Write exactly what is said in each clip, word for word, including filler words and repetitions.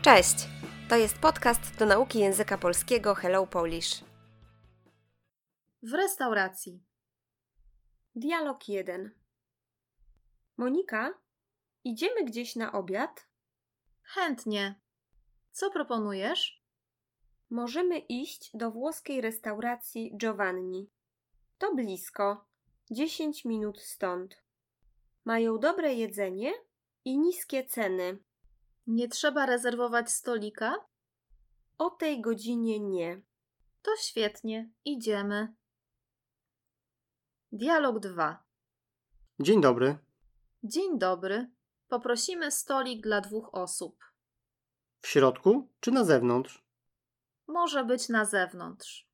Cześć! To jest podcast do nauki języka polskiego Hello Polish. W restauracji. Dialog jeden. Monika, idziemy gdzieś na obiad? Chętnie. Co proponujesz? Możemy iść do włoskiej restauracji Giovanni. To blisko, dziesięć minut stąd. Mają dobre jedzenie i niskie ceny. Nie trzeba rezerwować stolika? O tej godzinie nie. To świetnie, idziemy. Dialog dwa. Dzień dobry. Dzień dobry. Poprosimy stolik dla dwóch osób. W środku czy na zewnątrz? Może być na zewnątrz.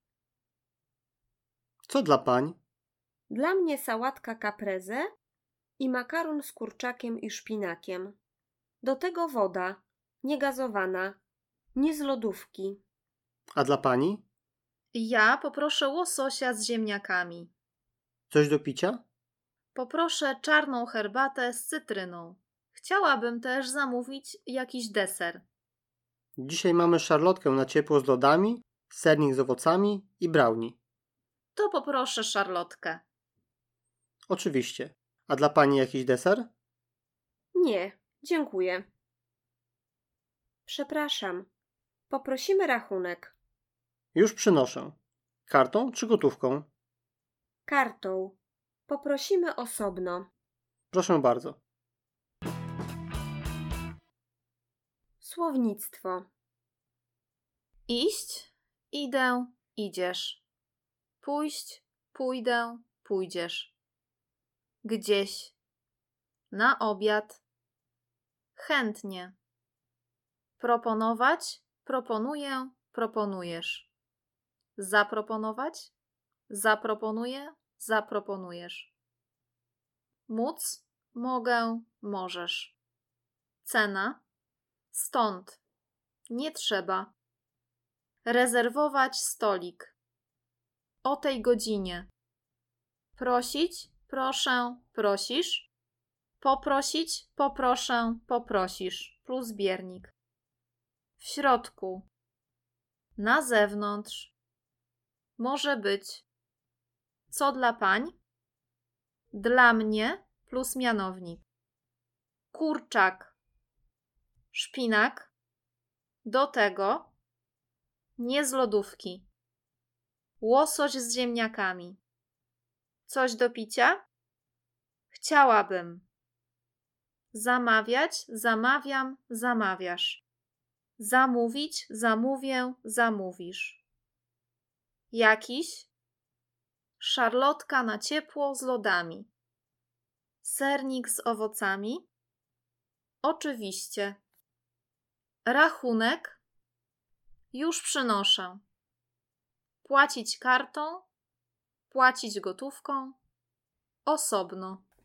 Co dla pań? Dla mnie sałatka caprese i makaron z kurczakiem i szpinakiem. Do tego woda, niegazowana, nie z lodówki. A dla pani? Ja poproszę łososia z ziemniakami. Coś do picia? Poproszę czarną herbatę z cytryną. Chciałabym też zamówić jakiś deser. Dzisiaj mamy szarlotkę na ciepło z lodami, sernik z owocami i brownie. To poproszę szarlotkę. Oczywiście. A dla pani jakiś deser? Nie, dziękuję. Przepraszam. Poprosimy rachunek. Już przynoszę. Kartą czy gotówką? Kartą. Poprosimy osobno. Proszę bardzo. Słownictwo. Iść, idę, idziesz. Pójść, pójdę, pójdziesz. Gdzieś. Na obiad. Chętnie. Proponować, proponuję, proponujesz. Zaproponować, zaproponuję, zaproponujesz. Móc, mogę, możesz. Cena. Stąd. Nie trzeba. Rezerwować stolik. O tej godzinie. Prosić, proszę, prosisz. Poprosić, poproszę, poprosisz. Plus biernik. W środku. Na zewnątrz. Może być. Co dla pań? Dla mnie plus mianownik. Kurczak. Szpinak. Do tego. Nie z lodówki. Łosoś z ziemniakami. Coś do picia? Chciałabym. Zamawiać, zamawiam, zamawiasz. Zamówić, zamówię, zamówisz. Jakiś? Szarlotka na ciepło z lodami. Sernik z owocami? Oczywiście. Rachunek? Już przynoszę. Płacić kartą? Płacić gotówką? Osobno.